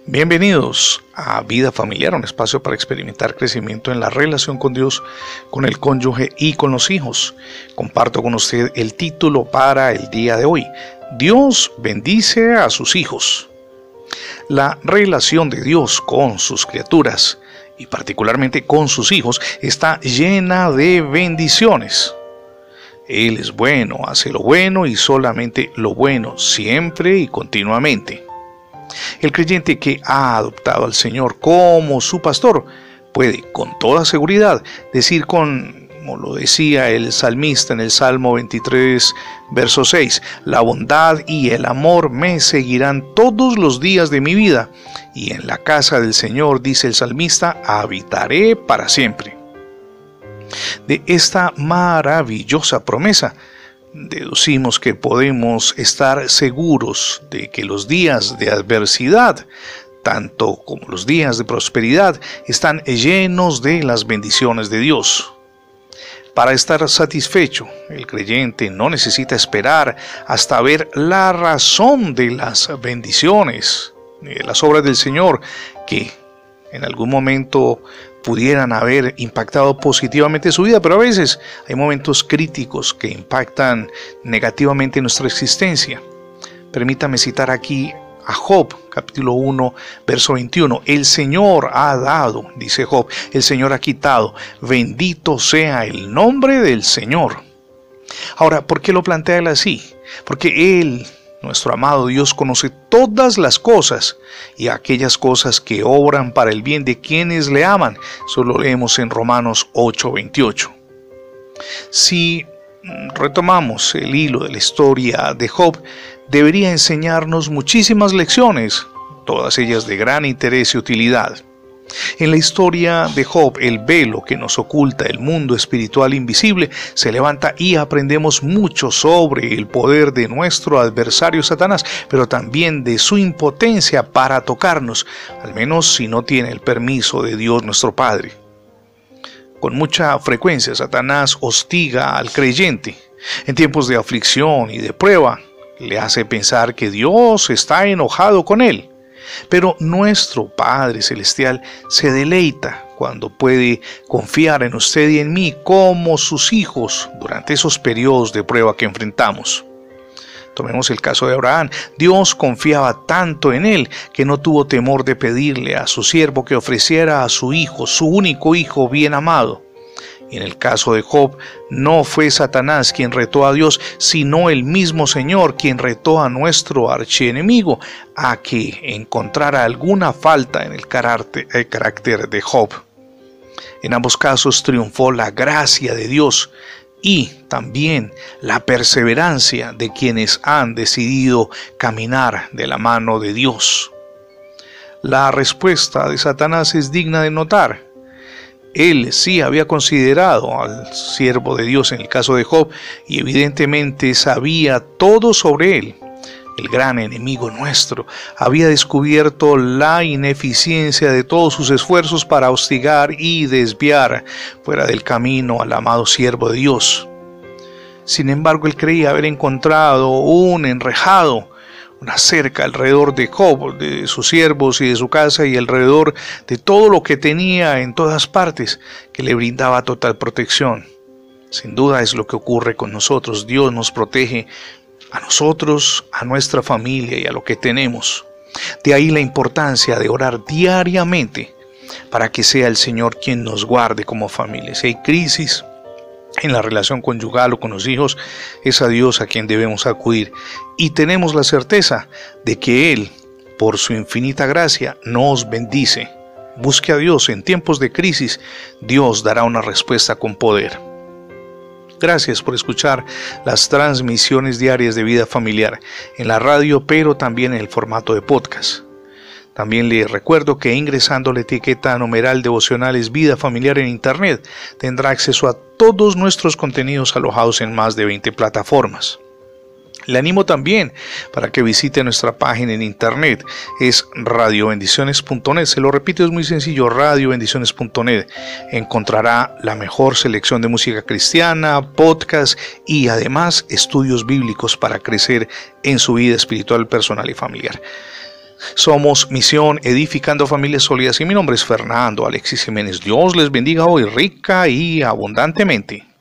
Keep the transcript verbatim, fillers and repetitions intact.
Bienvenidos a Vida Familiar, un espacio para experimentar crecimiento en la relación con Dios, con el cónyuge y con los hijos. Comparto con usted el título para el día de hoy: Dios bendice a sus hijos. La relación de Dios con sus criaturas, y particularmente con sus hijos, está llena de bendiciones. Él es bueno, hace lo bueno y solamente lo bueno, siempre y continuamente. El creyente que ha adoptado al Señor como su pastor puede con toda seguridad decir, con, como lo decía el salmista en el Salmo veintitrés, verso seis, la bondad y el amor me seguirán todos los días de mi vida, y en la casa del Señor, dice el salmista, habitaré para siempre. De esta maravillosa promesa, deducimos que podemos estar seguros de que los días de adversidad, tanto como los días de prosperidad, están llenos de las bendiciones de Dios. Para estar satisfecho, el creyente no necesita esperar hasta ver la razón de las bendiciones, de las obras del Señor, que en algún momento pudieran haber impactado positivamente su vida, pero a veces hay momentos críticos que impactan negativamente nuestra existencia. Permítame citar aquí a Job, capítulo uno, verso veintiuno. El Señor ha dado, dice Job, el Señor ha quitado, bendito sea el nombre del Señor. Ahora, ¿por qué lo plantea él así? Porque Él, nuestro amado Dios, conoce todas las cosas y aquellas cosas que obran para el bien de quienes le aman. Eso lo leemos en Romanos ocho, veintiocho. Si retomamos el hilo de la historia de Job, debería enseñarnos muchísimas lecciones, todas ellas de gran interés y utilidad. En la historia de Job, el velo que nos oculta el mundo espiritual invisible se levanta y aprendemos mucho sobre el poder de nuestro adversario Satanás, pero también de su impotencia para tocarnos, al menos si no tiene el permiso de Dios nuestro Padre. Con mucha frecuencia Satanás hostiga al creyente. En tiempos de aflicción y de prueba, le hace pensar que Dios está enojado con él. Pero nuestro Padre Celestial se deleita cuando puede confiar en usted y en mí como sus hijos durante esos periodos de prueba que enfrentamos. Tomemos el caso de Abraham. Dios confiaba tanto en él que no tuvo temor de pedirle a su siervo que ofreciera a su hijo, su único hijo bien amado. Y en el caso de Job, no fue Satanás quien retó a Dios, sino el mismo Señor quien retó a nuestro archienemigo a que encontrara alguna falta en el carácter, el carácter de Job. En ambos casos triunfó la gracia de Dios y también la perseverancia de quienes han decidido caminar de la mano de Dios. La respuesta de Satanás es digna de notar. Él sí había considerado al siervo de Dios en el caso de Job y evidentemente sabía todo sobre él. El gran enemigo nuestro había descubierto la ineficiencia de todos sus esfuerzos para hostigar y desviar fuera del camino al amado siervo de Dios. Sin embargo, él creía haber encontrado un enrejado, una cerca alrededor de Job, de sus siervos y de su casa y alrededor de todo lo que tenía en todas partes, que le brindaba total protección. Sin duda es lo que ocurre con nosotros. Dios nos protege a nosotros, a nuestra familia y a lo que tenemos. De ahí la importancia de orar diariamente para que sea el Señor quien nos guarde como familia. Si hay crisis en la relación conyugal o con los hijos, es a Dios a quien debemos acudir. Y tenemos la certeza de que Él, por su infinita gracia, nos bendice. Busque a Dios en tiempos de crisis. Dios dará una respuesta con poder. Gracias por escuchar las transmisiones diarias de Vida Familiar en la radio, pero también en el formato de podcast. También le recuerdo que ingresando la etiqueta numeral devocionales Vida Familiar en Internet tendrá acceso a todos nuestros contenidos alojados en más de veinte plataformas. Le animo también para que visite nuestra página en internet, es radio bendiciones punto net. Se lo repito, es muy sencillo, radio bendiciones punto net. Encontrará la mejor selección de música cristiana, podcast y además estudios bíblicos para crecer en su vida espiritual, personal y familiar. Somos Misión Edificando Familias Sólidas y mi nombre es Fernando Alexis Jiménez. Dios les bendiga hoy rica y abundantemente.